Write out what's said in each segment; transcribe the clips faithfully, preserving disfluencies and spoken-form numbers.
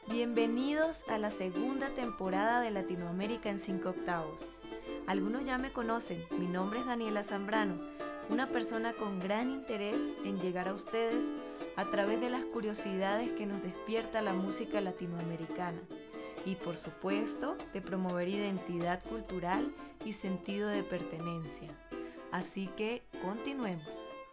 Bienvenidos a la segunda temporada de Latinoamérica en cinco octavos. Algunos ya me conocen, mi nombre es Daniela Zambrano, una persona con gran interés en llegar a ustedes a través de las curiosidades que nos despierta la música latinoamericana y, por supuesto, de promover identidad cultural y sentido de pertenencia. Así que continuemos.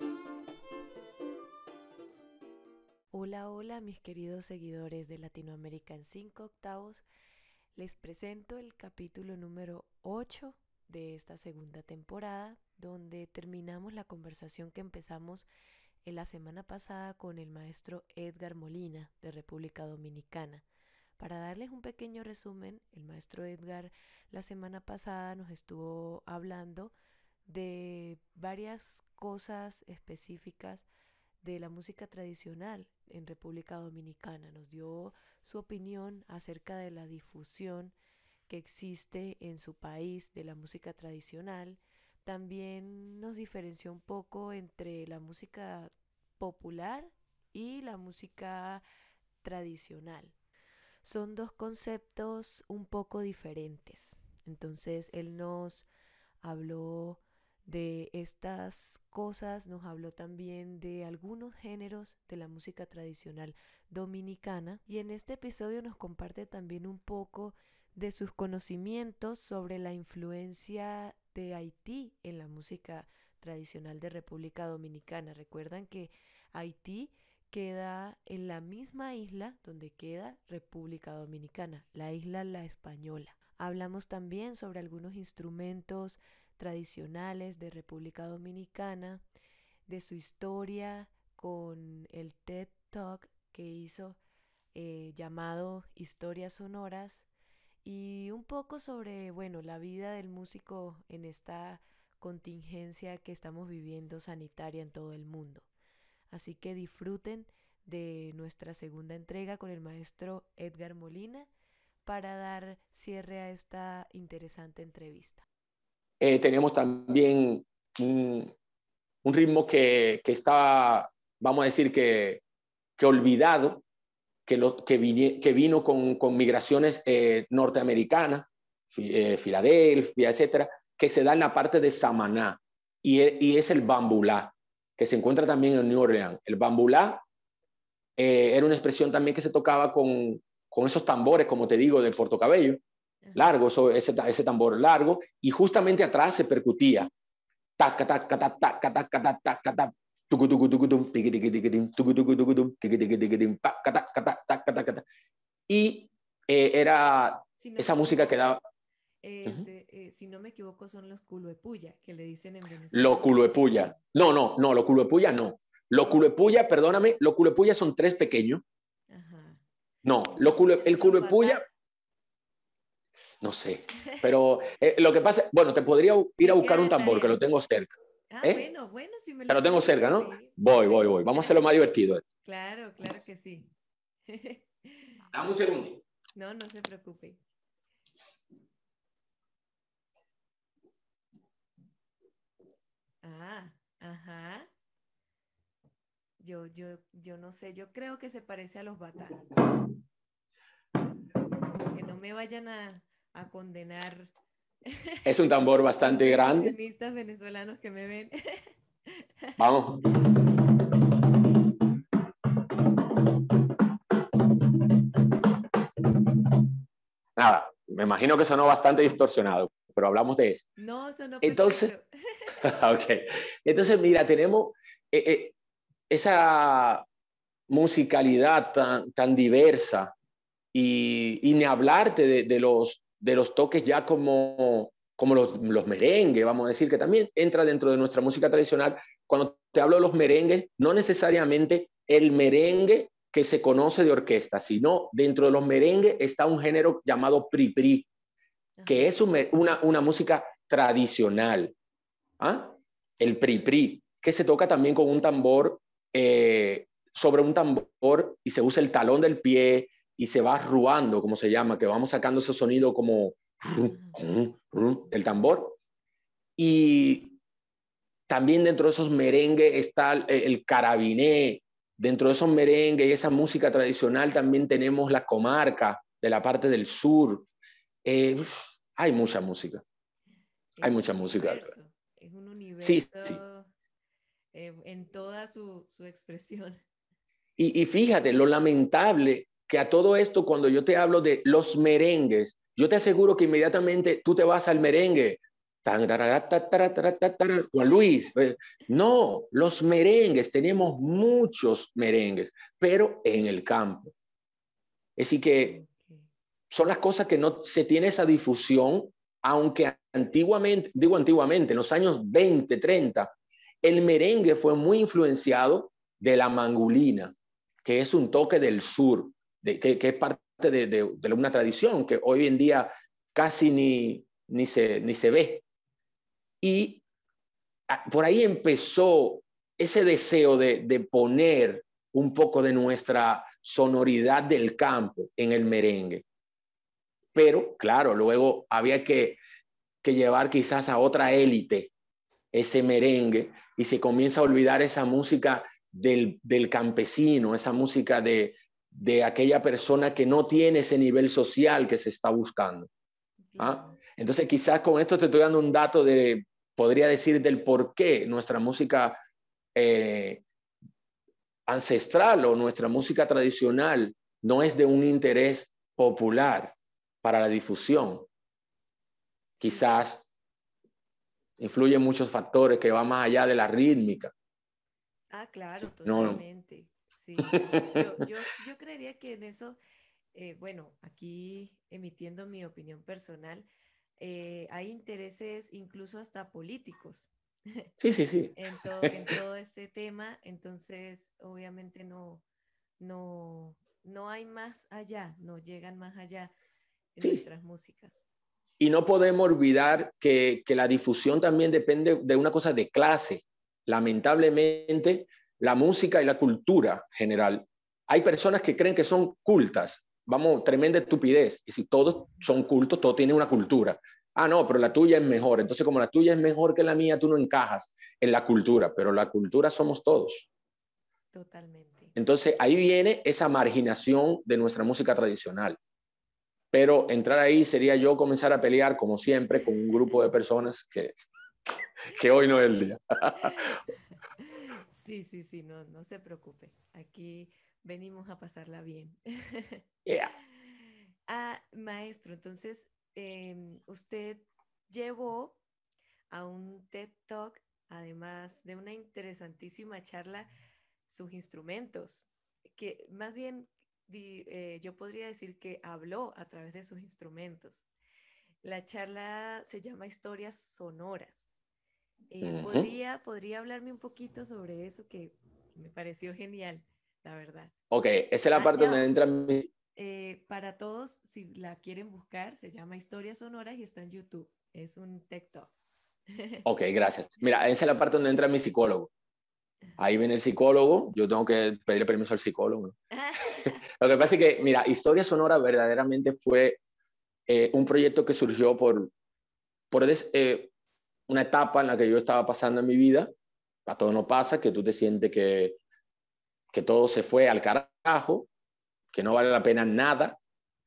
Hola, hola mis queridos seguidores de Latinoamérica en cinco octavos. Les presento el capítulo número ocho de esta segunda temporada, donde terminamos la conversación que empezamos en la semana pasada con el maestro Edgar Molina de República Dominicana. Para darles un pequeño resumen, el maestro Edgar la semana pasada nos estuvo hablando de varias cosas específicas de la música tradicional en República Dominicana. Nos dio su opinión acerca de la difusión que existe en su país de la música tradicional. También nos diferenció un poco entre la música popular y la música tradicional. Son dos conceptos un poco diferentes. Entonces él nos habló de estas cosas, nos habló también de algunos géneros de la música tradicional dominicana, y en este episodio nos comparte también un poco de sus conocimientos sobre la influencia de Haití en la música tradicional de República Dominicana. Recuerdan que Haití queda en la misma isla donde queda República Dominicana, la isla La Española. Hablamos también sobre algunos instrumentos tradicionales de República Dominicana, de su historia con el TED Talk que hizo eh, llamado Historias Sonoras, y un poco sobre, bueno, la vida del músico en esta contingencia que estamos viviendo sanitaria en todo el mundo. Así que disfruten de nuestra segunda entrega con el maestro Edgar Molina para dar cierre a esta interesante entrevista. Eh, tenemos también un, un ritmo que, que está, vamos a decir, que, que olvidado, que, lo, que, vine, que vino con, con migraciones eh, norteamericanas, eh, Filadelfia, etcétera, que se da en la parte de Samaná, y, y es el bambulá, que se encuentra también en New Orleans. El bambulá eh, era una expresión también que se tocaba con, con esos tambores, como te digo, de Portocabello, largo, eso, ese, ese tambor largo, y justamente atrás se percutía. Taca, taca, taca, taca, taca, taca, taca, taca, tucu, tucu, tucu, tum, tiqui, tiqui, tiqui, tim, tucu, tucu, tucu, tum, tiqui, tiqui, tiqui, tim, taca, taca, taca, taca, taca, taca. Y eh, era Si no esa me música que equivoco, daba. Uh-huh. este, eh, si no me equivoco, son los culoepuya, que le dicen en Lo Venezuela. culoepuya. No, no, no, lo culoepuya no. Lo No. culoepuya, perdóname, lo culoepuya son tres pequeños. Ajá. No, lo Los, culo, el los culoepuya, batá. no sé. Pero eh, lo que pasa, bueno, te podría ir a Me buscar queda un de tambor que lo tarea. tengo cerca. Ah, ¿Eh? bueno, bueno, si me Que lo lo tengo puedes cerca, ¿no? escribir. Voy, voy, voy. Vamos a hacerlo más divertido. Claro, claro que sí. Dame un segundo. No, no se preocupe. Ah, ajá. Yo, yo, yo no sé, yo creo que se parece a los batá. Que no me vayan a, a condenar Es un tambor los bastante grande. percusionistas venezolanos que me ven. Vamos. Nada, me imagino que sonó bastante distorsionado, pero hablamos de eso. No, sonó Entonces, perfecto. ok. Entonces, mira, tenemos eh, eh, esa musicalidad tan, tan diversa, y, y ni hablarte de, de, los, de los toques ya como, como los, los merengues, vamos a decir, que también entra dentro de nuestra música tradicional. Cuando te hablo de los merengues, no necesariamente el merengue que se conoce de orquesta, sino dentro de los merengues está un género llamado pri-pri, que Ajá. es un, una, una música tradicional. ¿Ah? El pri-pri, que se toca también con un tambor, eh, sobre un tambor, y se usa el talón del pie y se va ruando, como se llama, que vamos sacando ese sonido como Ajá. del tambor. Y también dentro de esos merengues está el, el carabiné, dentro de esos merengues y esa música tradicional también tenemos la comarca de la parte del sur. Eh, hay mucha música, Es hay un mucha música. universo, es un Sí, sí. universo eh, en toda su, su expresión. Y, y fíjate, lo lamentable que a todo esto, cuando yo te hablo de los merengues, yo te aseguro que inmediatamente tú te vas al merengue. Juan Luis, eh, no, los merengues, tenemos muchos merengues, pero en el campo. Es decir, que Okay. son las cosas que no se tiene esa difusión, aunque antiguamente, digo antiguamente, en los años veinte, treinta, el merengue fue muy influenciado de la mangulina, que es un toque del sur, de, que, que, es parte de, de, de, una tradición que hoy en día casi ni, ni, se, ni se ve. Y por ahí empezó ese deseo de, de poner un poco de nuestra sonoridad del campo en el merengue. Pero, claro, luego había que, que llevar quizás a otra élite ese merengue y se comienza a olvidar esa música del, del campesino, esa música de, de aquella persona que no tiene ese nivel social que se está buscando. ¿Ah? Claro. Entonces, quizás con esto te estoy dando un dato de, podría decir, del por qué nuestra música eh, ancestral o nuestra música tradicional no es de un interés popular para la difusión. Sí, sí. Quizás influyen muchos factores que van más allá de la rítmica. Ah, claro, No. totalmente. Sí, es- yo, yo, yo creería que en eso, eh, bueno, aquí emitiendo mi opinión personal, eh, hay intereses incluso hasta políticos Sí, sí, sí. en todo, en todo este tema, entonces obviamente no, no, no hay más allá, no llegan más allá en Sí. nuestras músicas. Y no podemos olvidar que, que la difusión también depende de una cosa de clase. Lamentablemente, la música y la cultura general. Hay personas que creen que son cultas. Vamos, tremenda estupidez. Y si todos son cultos, todos tienen una cultura. Ah, no, pero la tuya es mejor. Entonces, como la tuya es mejor que la mía, tú no encajas en la cultura. Pero la cultura somos todos. Totalmente. Entonces, ahí viene esa marginación de nuestra música tradicional. Pero entrar ahí sería yo comenzar a pelear, como siempre, con un grupo de personas que, que hoy no es el día. Sí, sí, sí, no, no se preocupe. Aquí venimos a pasarla bien. Yeah. Ah, maestro, entonces em, usted llevó a un TED Talk, además de una interesantísima charla, sus instrumentos, que más bien di- eh, yo podría decir que habló a través de sus instrumentos. La charla se llama Historias Sonoras. Eh, Uh -huh. ¿podría, podría hablarme un poquito sobre eso que me pareció genial, la verdad? Ok, esa es la Ah, parte ya donde va. entra mi... Eh, para todos, si la quieren buscar, se llama Historias Sonoras y está en YouTube. Es un tech talk. Ok, gracias. Mira, esa es la parte donde entra mi psicólogo. Ahí viene el psicólogo, yo tengo que pedirle permiso al psicólogo, ¿no? Lo que pasa es que, mira, Historia Sonora verdaderamente fue eh, un proyecto que surgió por, por des, eh, una etapa en la que yo estaba pasando en mi vida. A todo no pasa, que tú te sientes que, que todo se fue al carajo, que no vale la pena nada.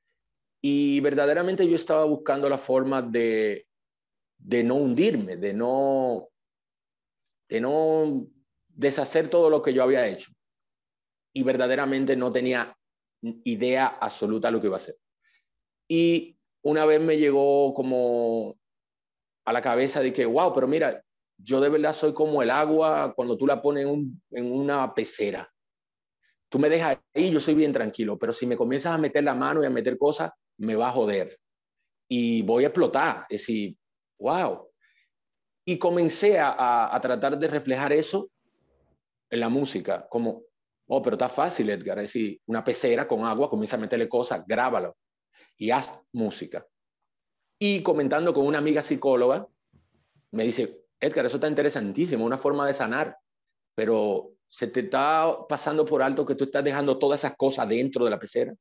Y verdaderamente yo estaba buscando la forma de, de no hundirme, de no, de no deshacer todo lo que yo había hecho. Y verdaderamente no tenía idea absoluta de lo que iba a hacer. Y una vez me llegó como a la cabeza de que, wow, pero mira, yo de verdad soy como el agua cuando tú la pones en, un, en una pecera. Tú me dejas ahí, yo soy bien tranquilo, pero si me comienzas a meter la mano y a meter cosas, me va a joder. Y voy a explotar. Es decir, wow. Y comencé a, a, a tratar de reflejar eso en la música, como, oh, pero está fácil, Edgar. Es decir, una pecera con agua, comienza a meterle cosas, grábalo y haz música. Y comentando con una amiga psicóloga, me dice, Edgar, eso está interesantísimo, una forma de sanar, pero se te está pasando por alto que tú estás dejando todas esas cosas dentro de la pecera.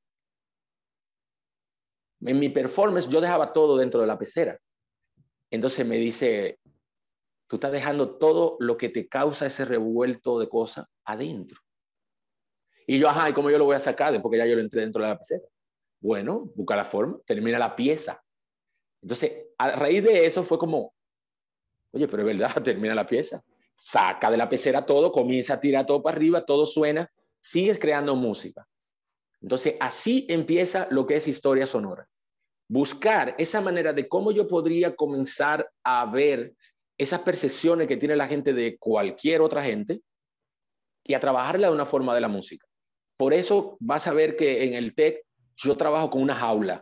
En mi performance yo dejaba todo dentro de la pecera. Entonces me dice, tú estás dejando todo lo que te causa ese revuelto de cosas adentro. Y yo, ajá, ¿y cómo yo lo voy a sacar? Porque ya yo lo entré dentro de la pecera. Bueno, busca la forma, termina la pieza. Entonces, a raíz de eso fue como, oye, pero es verdad, termina la pieza. Saca de la pecera todo, comienza a tirar todo para arriba, todo suena, sigues creando música. Entonces, así empieza lo que es historia sonora. Buscar esa manera de cómo yo podría comenzar a ver esas percepciones que tiene la gente de cualquier otra gente y a trabajarla de una forma de la música. Por eso vas a ver que en el TEC yo trabajo con una jaula.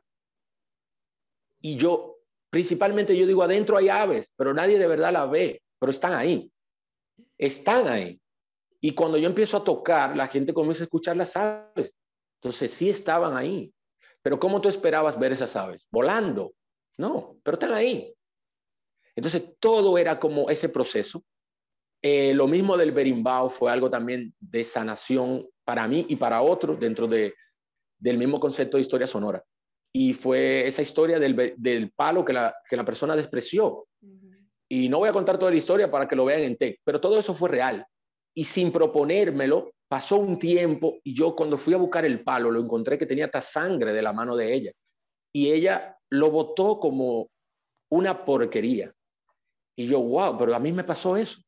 Y yo, principalmente yo digo, adentro hay aves, pero nadie de verdad las ve, pero están ahí. Están ahí. Y cuando yo empiezo a tocar, la gente comienza a escuchar las aves. Entonces sí estaban ahí. Pero ¿cómo tú esperabas ver esas aves? Volando. No, pero están ahí. Entonces todo era como ese proceso. Eh, lo mismo del berimbau fue algo también de sanación para mí y para otros dentro de, del mismo concepto de historia sonora. Y fue esa historia del, del palo que la, que la persona despreció. Uh-huh. Y no voy a contar toda la historia para que lo vean en TEC, pero todo eso fue real. Y sin proponérmelo, pasó un tiempo y yo cuando fui a buscar el palo, lo encontré que tenía hasta sangre de la mano de ella. Y ella lo botó como una porquería. Y yo, wow, pero a mí me pasó eso.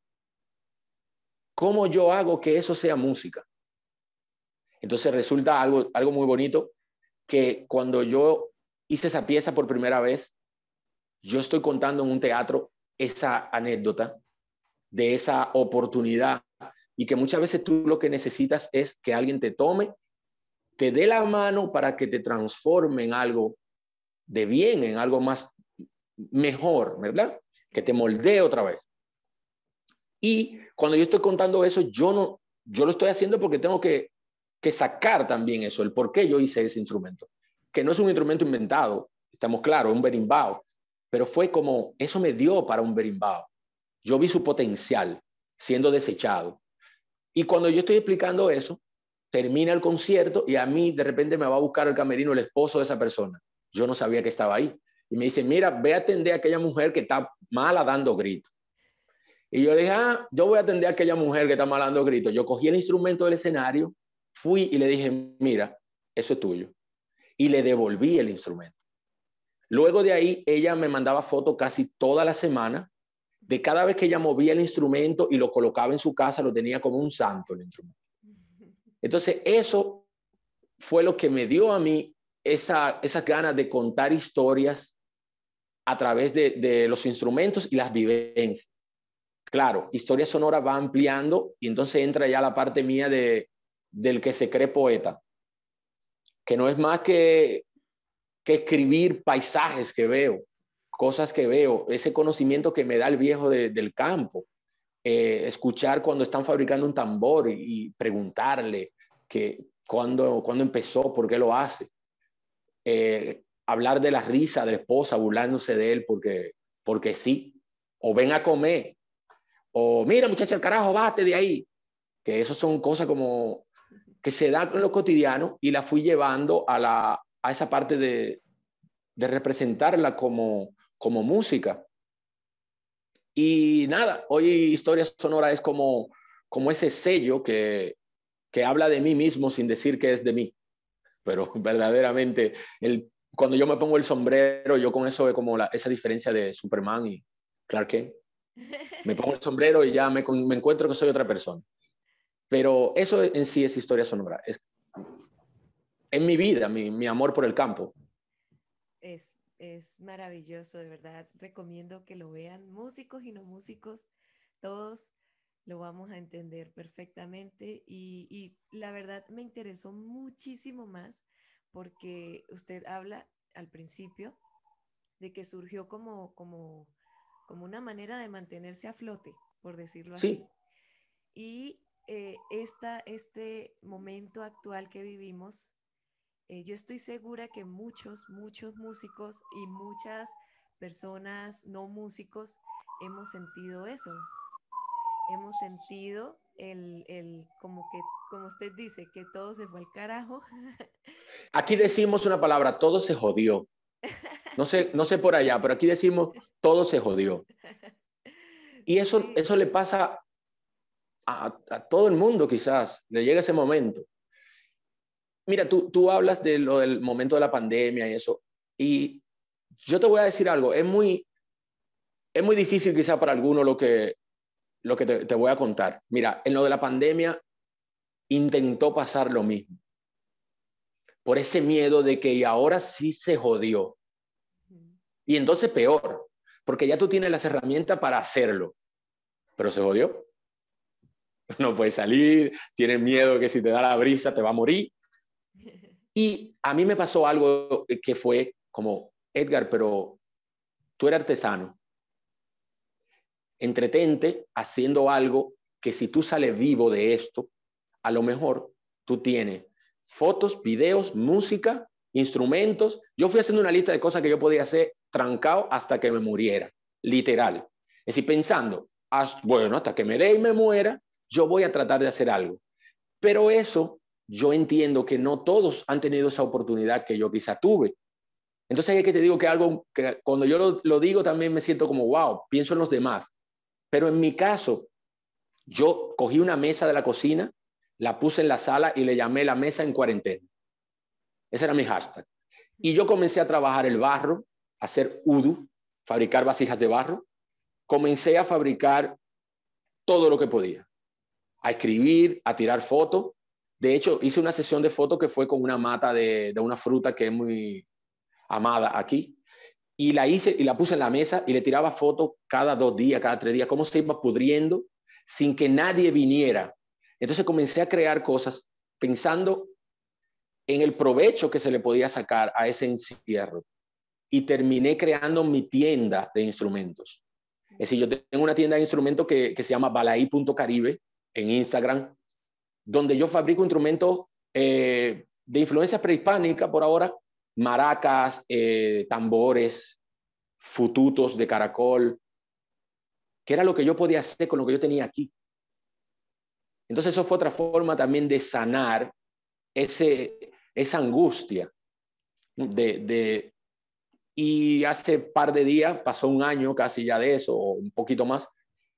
¿Cómo yo hago que eso sea música? Entonces resulta algo, algo muy bonito, que cuando yo hice esa pieza por primera vez, yo estoy contando en un teatro esa anécdota de esa oportunidad y que muchas veces tú lo que necesitas es que alguien te tome, te dé la mano para que te transforme en algo de bien, en algo más mejor, ¿verdad? Que te moldee otra vez. Y cuando yo estoy contando eso, yo no, yo lo estoy haciendo porque tengo que, que sacar también eso, el por qué yo hice ese instrumento, que no es un instrumento inventado, estamos claros, un berimbau, pero fue como, eso me dio para un berimbau. Yo vi su potencial siendo desechado. Y cuando yo estoy explicando eso, termina el concierto y a mí de repente me va a buscar el camerino el esposo de esa persona. Yo no sabía que estaba ahí. Y me dice, mira, ve a atender a aquella mujer que está mala dando gritos. Y yo dije, ah, yo voy a atender a aquella mujer que está mal dando gritos. Yo cogí el instrumento del escenario, fui y le dije, mira, eso es tuyo. Y le devolví el instrumento. Luego de ahí, ella me mandaba fotos casi toda la semana de cada vez que ella movía el instrumento y lo colocaba en su casa, lo tenía como un santo el instrumento. Entonces, eso fue lo que me dio a mí esa, esas ganas de contar historias a través de, de los instrumentos y las vivencias. Claro, historia sonora va ampliando y entonces entra ya la parte mía de, del que se cree poeta, que no es más que, que escribir paisajes que veo, cosas que veo, ese conocimiento que me da el viejo de, del campo, eh, escuchar cuando están fabricando un tambor y, y preguntarle que cuándo, cuándo empezó, por qué lo hace, eh, hablar de la risa de la esposa burlándose de él porque, porque sí, o ven a comer, o mira muchacha, el carajo, bate de ahí, que eso son cosas como que se dan en lo cotidiano y la fui llevando a, la, a esa parte de, de representarla como, como música. Y nada, hoy Historia Sonora es como, como ese sello que, que habla de mí mismo sin decir que es de mí, pero verdaderamente el, cuando yo me pongo el sombrero, yo con eso veo como la, esa diferencia de Superman y Clark Kent. Me pongo el sombrero y ya me, me encuentro que soy otra persona. Pero eso en sí es Historia Sonora. Es, en mi vida, mi, mi amor por el campo. Es, es maravilloso, de verdad. Recomiendo que lo vean, músicos y no músicos, todos lo vamos a entender perfectamente. Y, y la verdad me interesó muchísimo más porque usted habla al principio de que surgió como, como, como una manera de mantenerse a flote, por decirlo así. Sí. Y eh, esta, este momento actual que vivimos, eh, yo estoy segura que muchos, muchos músicos y muchas personas no músicos hemos sentido eso. Hemos sentido el, el como que, como usted dice, que todo se fue al carajo. Aquí Sí. decimos una palabra, todo se jodió. No sé, no sé por allá, pero aquí decimos, todo se jodió. Y eso, Sí. eso le pasa a, a todo el mundo quizás, le llega ese momento. Mira, tú, tú hablas de lo del momento de la pandemia y eso, y yo te voy a decir algo, es muy, es muy difícil quizá para algunos lo que, lo que te, te voy a contar. Mira, en lo de la pandemia intentó pasar lo mismo, por ese miedo de que y ahora sí se jodió. Y entonces peor, porque ya tú tienes las herramientas para hacerlo, pero se jodió. No puedes salir, tienes miedo que si te da la brisa te va a morir. Y a mí me pasó algo que fue como, Edgar, pero tú eres artesano, entretente haciendo algo que si tú sales vivo de esto, a lo mejor tú tienes fotos, videos, música, instrumentos. Yo fui haciendo una lista de cosas que yo podía hacer trancado hasta que me muriera, literal. Es decir, pensando, bueno, hasta que me dé y me muera, yo voy a tratar de hacer algo. Pero eso, yo entiendo que no todos han tenido esa oportunidad que yo quizá tuve. Entonces es que te digo que algo que cuando yo lo, lo digo también me siento como, wow, pienso en los demás. Pero en mi caso, yo cogí una mesa de la cocina, la puse en la sala y le llamé la mesa en cuarentena. Ese era mi hashtag. Y yo comencé a trabajar el barro, a hacer udu, fabricar vasijas de barro. Comencé a fabricar todo lo que podía, a escribir, a tirar fotos. De hecho, hice una sesión de fotos que fue con una mata de, de una fruta que es muy amada aquí. Y la hice y la puse en la mesa y le tiraba fotos cada dos días, cada tres días, cómo se iba pudriendo sin que nadie viniera. Entonces comencé a crear cosas pensando en el provecho que se le podía sacar a ese encierro y terminé creando mi tienda de instrumentos. Es decir, yo tengo una tienda de instrumentos que, que se llama balaí punto caribe en Instagram, donde yo fabrico instrumentos eh, de influencia prehispánica por ahora, maracas, eh, tambores, fututos de caracol, que era lo que yo podía hacer con lo que yo tenía aquí. Entonces eso fue otra forma también de sanar ese, esa angustia de, de, y hace par de días, pasó un año casi ya de eso, o un poquito más,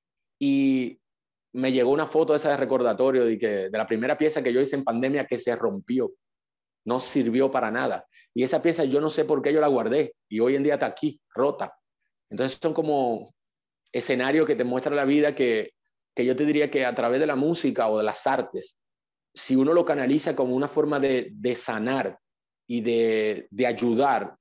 y me llegó una foto de esa de recordatorio de, que, de la primera pieza que yo hice en pandemia que se rompió, no sirvió para nada. Y esa pieza yo no sé por qué yo la guardé, y hoy en día está aquí, rota. Entonces son como escenarios que te muestran la vida que, que yo te diría que a través de la música o de las artes, si uno lo canaliza como una forma de, de sanar y de, de ayudar,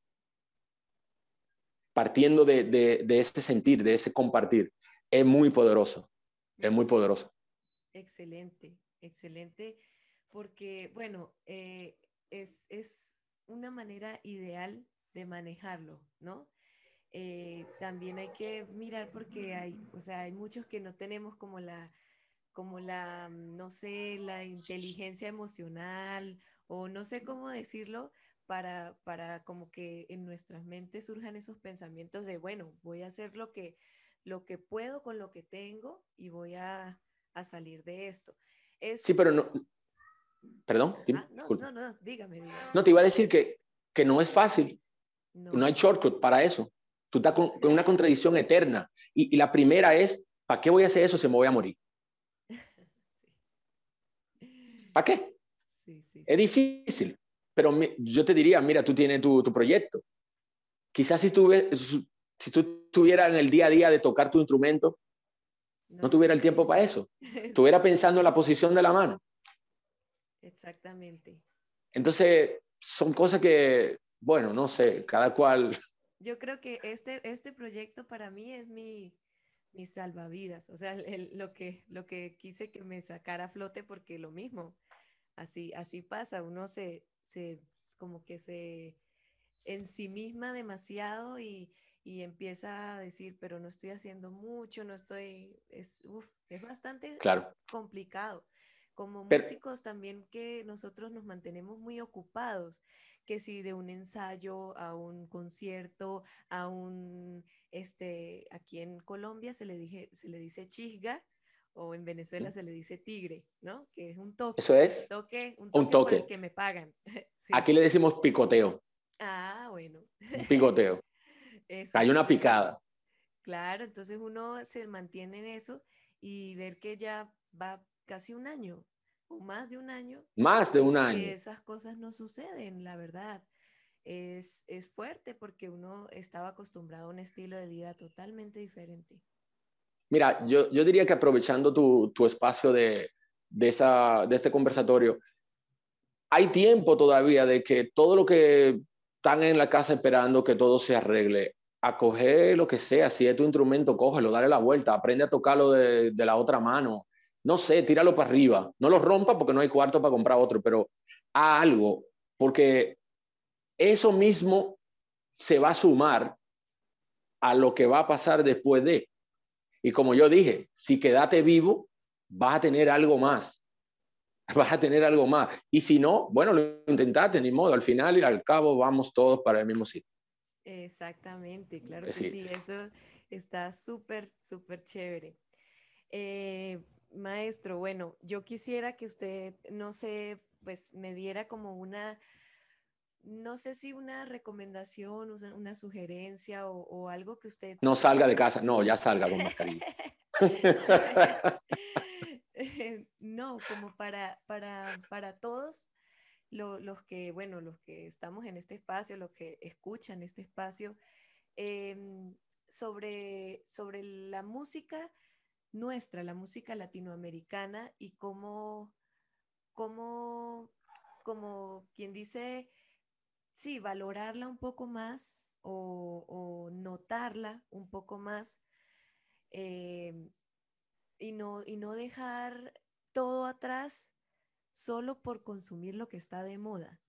partiendo de, de, de ese sentir, de ese compartir, es muy poderoso, es muy poderoso. Excelente, excelente, porque bueno, eh, es, es una manera ideal de manejarlo, ¿no? Eh, también hay que mirar porque hay, o sea, hay muchos que no tenemos como la, como la, mm, no sé, la inteligencia emocional o no sé cómo decirlo para, para como que en nuestras mentes surjan esos pensamientos de, bueno, voy a hacer lo que, lo que puedo con lo que tengo y voy a, a salir de esto. Sí, Es, pero no, perdón, ah, no, disculpa. no, no, dígame, dígame. No, te iba a decir que, que no es fácil, no hay No. shortcut para eso. Tú estás con, con una contradicción eterna. Y, y la primera es, ¿para qué voy a hacer eso si me voy a morir? Sí, ¿Para qué? sí, sí, Es sí. difícil. Pero mi, yo te diría, mira, tú tienes tu, tu proyecto. Quizás si, tuve, si tú estuvieras en el día a día de tocar tu instrumento, no No, no tuviera el tiempo para estaría. eso. Estuviera pensando en la posición de la mano. Exactamente. Entonces, son cosas que, bueno, no sé, cada cual. Yo creo que este, este proyecto para mí es mi, mi salvavidas, o sea, el- el- lo que, lo que quise que me sacara a flote porque lo mismo, así, así pasa, uno se, se, como que se ensimisma demasiado y, y empieza a decir, pero no estoy haciendo mucho, no estoy, es, uf, es bastante Claro. complicado. Como Pero músicos también que nosotros nos mantenemos muy ocupados, que si de un ensayo a un concierto, a un, este, aquí en Colombia se le, dije, se le dice chisga o en Venezuela se le dice tigre, ¿no? Que es un eso toque, un es toque, un un toque por el toque. que me pagan. Sí. Aquí le decimos picoteo, Ah, bueno. un picoteo. Eso, Hay una entonces, picada. claro, entonces uno se mantiene en eso y ver que ya va casi un año. o más de un año, Más de un y año. que esas cosas no suceden, la verdad. Es, es fuerte porque uno estaba acostumbrado a un estilo de vida totalmente diferente. Mira, yo, yo diría que aprovechando tu, tu espacio de, de, esa, de este conversatorio, hay tiempo todavía de que todo lo que están en la casa esperando que todo se arregle, a coger lo que sea, si es tu instrumento, cógelo, dale la vuelta, aprende a tocarlo de, de la otra mano, no sé, tíralo para arriba, no lo rompa porque no hay cuarto para comprar otro, pero haz algo, porque eso mismo se va a sumar a lo que va a pasar después de. Y como yo dije, si quedaste vivo, vas a tener algo más, vas a tener algo más. Y si no, bueno, lo intentaste, ni modo, al final y al cabo vamos todos para el mismo sitio. Exactamente, claro Es que decir, sí, esto está súper, súper chévere. Eh, Maestro, bueno, yo quisiera que usted, no sé, pues me diera como una, no sé si una recomendación, una una sugerencia o, o algo que usted... no salga de casa, no, ya salga con mascarilla. No, como para, para, para todos lo- los que, bueno, los que estamos en este espacio, los que escuchan este espacio, em, sobre, sobre la música nuestra, la música latinoamericana y cómo, cómo, como quien dice, sí, valorarla un poco más o, o notarla un poco más, em, y no, y no dejar todo atrás solo por consumir lo que está de moda.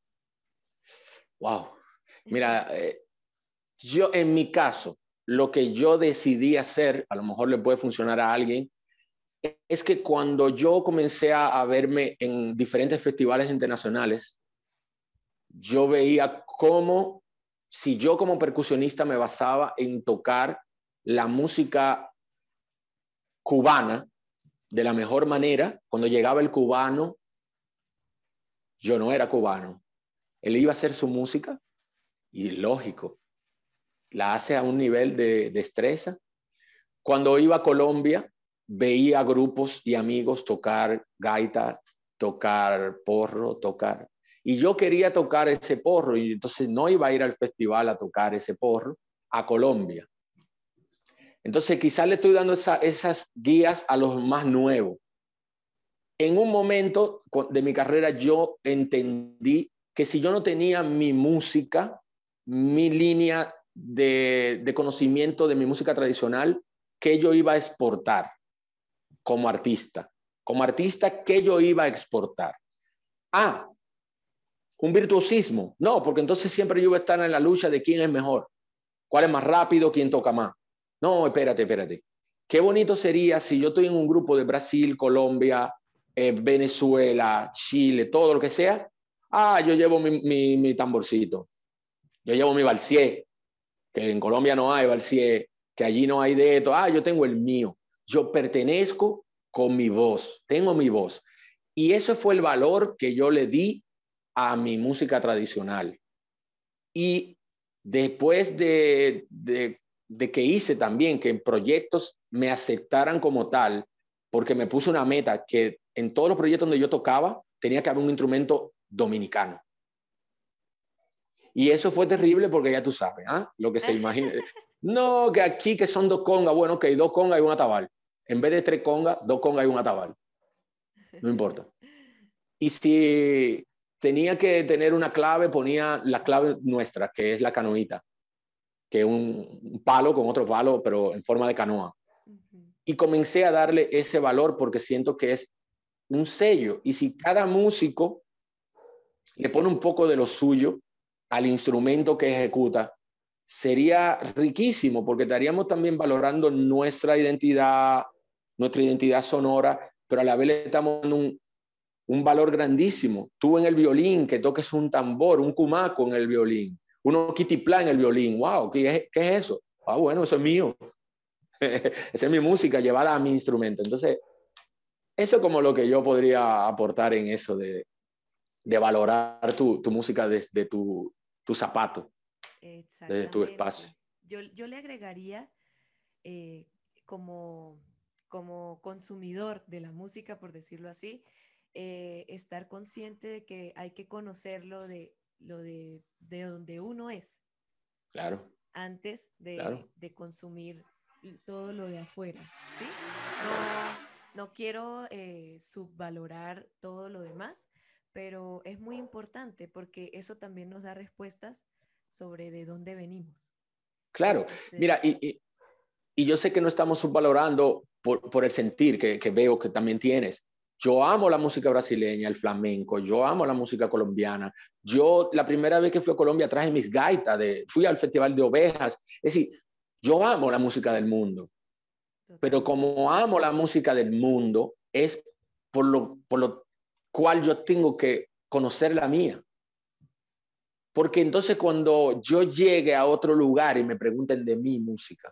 Wow. Mira, eh, yo en mi caso, lo que yo decidí hacer, a lo mejor le puede funcionar a alguien, es que cuando yo comencé a, a verme en diferentes festivales internacionales, yo veía cómo, si yo como percusionista me basaba en tocar la música cubana de la mejor manera, cuando llegaba el cubano, yo no era cubano. Él iba a hacer su música y lógico, la hace a un nivel de destreza. Cuando iba a Colombia, veía grupos y amigos tocar gaita, tocar porro, tocar. Y yo quería tocar ese porro y entonces no iba a ir al festival a tocar ese porro a Colombia. Entonces quizás le estoy dando esa, esas guías a los más nuevos. En un momento de mi carrera yo entendí que si yo no tenía mi música, mi línea de, de conocimiento de mi música tradicional, que yo iba a exportar como artista. Como artista, ¿qué yo iba a exportar? Ah, un virtuosismo. No, porque entonces siempre yo iba a estar en la lucha de quién es mejor, cuál es más rápido, quién toca más. No, espérate, espérate. Qué bonito sería si yo estoy en un grupo de Brasil, Colombia, eh, Venezuela, Chile, todo lo que sea. Ah, yo llevo mi, mi, mi tamborcito. Yo llevo mi balsier, que en Colombia no hay balsier, que allí no hay de esto. Ah, yo tengo el mío. Yo pertenezco con mi voz, tengo mi voz. Y eso fue el valor que yo le di a mi música tradicional. Y después de, de, de que hice también que en proyectos me aceptaran como tal, porque me puse una meta que en todos los proyectos donde yo tocaba tenía que haber un instrumento dominicano. Y eso fue terrible porque ya tú sabes, ¿ah? Lo que se imagina. No, que aquí que son dos congas, bueno, que hay dos congas y un atabal. En vez de tres congas, dos congas y un atabal. No importa. Y si tenía que tener una clave, ponía la clave nuestra, que es la canoita, que es un, un palo con otro palo, pero en forma de canoa. Y comencé a darle ese valor porque siento que es un sello. Y si cada músico le pone un poco de lo suyo al instrumento que ejecuta, sería riquísimo porque estaríamos también valorando nuestra identidad, nuestra identidad sonora, pero a la vez le estamos dando un, un valor grandísimo. Tú en el violín, que toques un tambor, un cumaco en el violín, uno kitiplá en el violín. ¡Wow! ¿Qué es, qué es eso? Ah, bueno, eso es mío. Esa es mi música llevada a mi instrumento. Entonces, eso es como lo que yo podría aportar en eso de, de valorar tu, tu, música desde tu, tu zapato, desde tu espacio. Exactamente. Yo, yo le agregaría eh, como, como consumidor de la música, por decirlo así, eh, estar consciente de que hay que conocerlo de, lo de, de donde uno es. Claro. Antes de, Claro. de consumir todo lo de afuera, ¿sí? No, no quiero eh, subvalorar todo lo demás, pero es muy importante porque eso también nos da respuestas sobre de dónde venimos. Claro. Mira, Entonces, y, y, y yo sé que no estamos subvalorando por, por el sentir que, que veo que también tienes. Yo amo la música brasileña, el flamenco, yo amo la música colombiana. Yo la primera vez que fui a Colombia traje mis gaitas, de, fui al Festival de Ovejas. Es decir, yo amo la música del mundo, pero totalmente. como amo la música del mundo, es por lo, por lo cual yo tengo que conocer la mía. Porque entonces cuando yo llegue a otro lugar y me pregunten de mi música,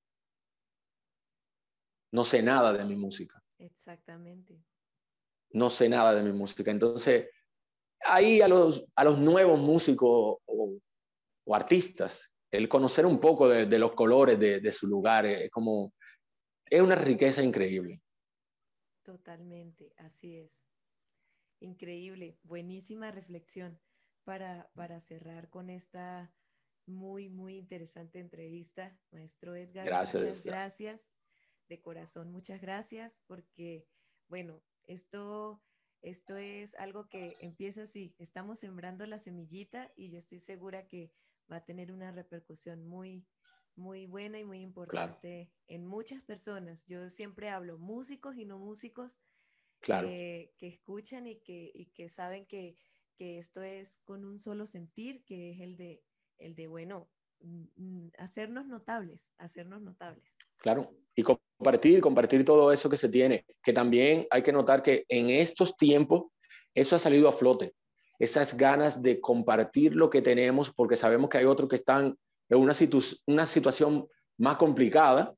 no sé nada de mi música. Exactamente. No sé nada de mi música. Entonces, ahí a los, a los nuevos músicos o, o artistas, el conocer un poco de, de los colores de, de su lugar es como, es una riqueza increíble. Totalmente, así es. Increíble, buenísima reflexión para, para cerrar con esta muy, muy interesante entrevista. Maestro Edgar, muchas Gracias. gracias, de corazón, muchas gracias, porque, bueno, esto, esto es algo que empieza así, estamos sembrando la semillita y yo estoy segura que va a tener una repercusión muy, muy buena y muy Claro, importante en muchas personas. Yo siempre hablo músicos y no músicos claro, que, que escuchan y que, y que saben que, que esto es con un solo sentir, que es el de, el de bueno, mm, hacernos notables, hacernos notables. claro. Y compartir, compartir todo eso que se tiene, que también hay que notar que en estos tiempos eso ha salido a flote. Esas ganas de compartir lo que tenemos, porque sabemos que hay otros que están en una, situ una situación más complicada,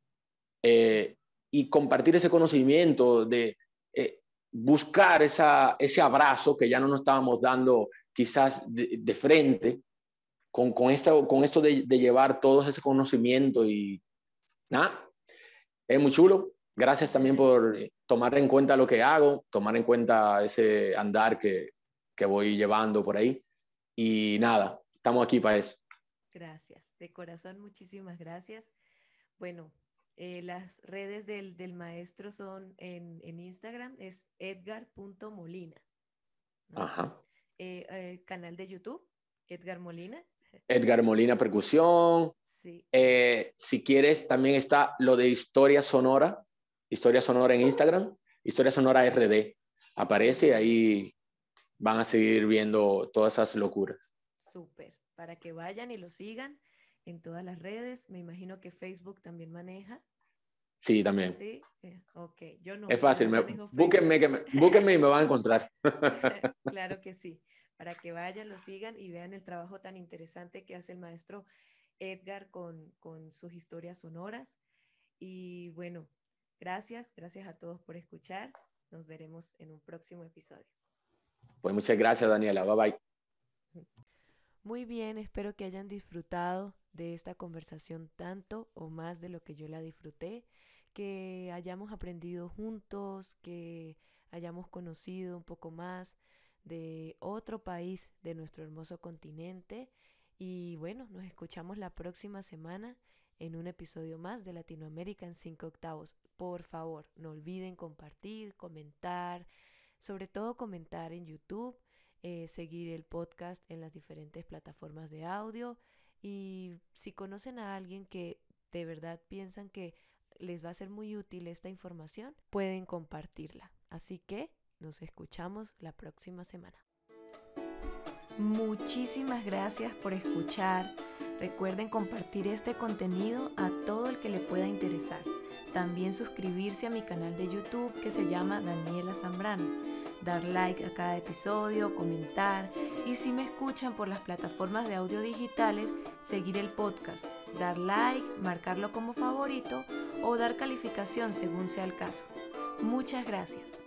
Sí, eh, y compartir ese conocimiento, de eh, buscar esa, ese abrazo que ya no nos estábamos dando quizás de, de frente, con, con, esta, con esto de, de llevar todo ese conocimiento y nada, es muy chulo. Gracias también por tomar en cuenta lo que hago, tomar en cuenta ese andar que, que voy llevando por ahí. Y nada, estamos aquí para eso. gracias, de corazón, muchísimas gracias. Bueno, eh, las redes del, del maestro son en, en Instagram, es edgar punto molina, ¿no? Ajá. Eh, eh, canal de YouTube, Edgar Molina. Edgar Molina Percusión. Sí, Eh, si quieres, también está lo de Historia Sonora, Historia Sonora en Instagram, Historia Sonora R D. Aparece y mm, ahí van a seguir viendo todas esas locuras. súper, para que vayan y lo sigan en todas las redes. Me imagino que Facebook también maneja. Sí, también. Sí, eh, ok, yo Es no, yo fácil. no Me, manejo Facebook. búsquenme, que me, búsquenme y me van a encontrar. Claro que sí, para que vayan, lo sigan y vean el trabajo tan interesante que hace el maestro Edgar con, con sus historias sonoras. Y bueno, gracias, gracias a todos por escuchar. Nos veremos en un próximo episodio. Pues muchas gracias, Daniela. Bye bye. Muy bien, espero que hayan disfrutado de esta conversación tanto o más de lo que yo la disfruté, que hayamos aprendido juntos, que hayamos conocido un poco más de otro país de nuestro hermoso continente y bueno, nos escuchamos la próxima semana en un episodio más de Latinoamérica en cinco octavos. Por favor, no olviden compartir, comentar, sobre todo comentar en YouTube, eh, seguir el podcast en las diferentes plataformas de audio y si conocen a alguien que de verdad piensan que les va a ser muy útil esta información, pueden compartirla. Así que nos escuchamos la próxima semana. Muchísimas gracias por escuchar. Recuerden compartir este contenido a todo el que le pueda interesar. También suscribirse a mi canal de YouTube que se llama Daniela Zambrano. Dar like a cada episodio, comentar y si me escuchan por las plataformas de audio digitales, seguir el podcast, dar like, marcarlo como favorito o dar calificación según sea el caso. Muchas gracias.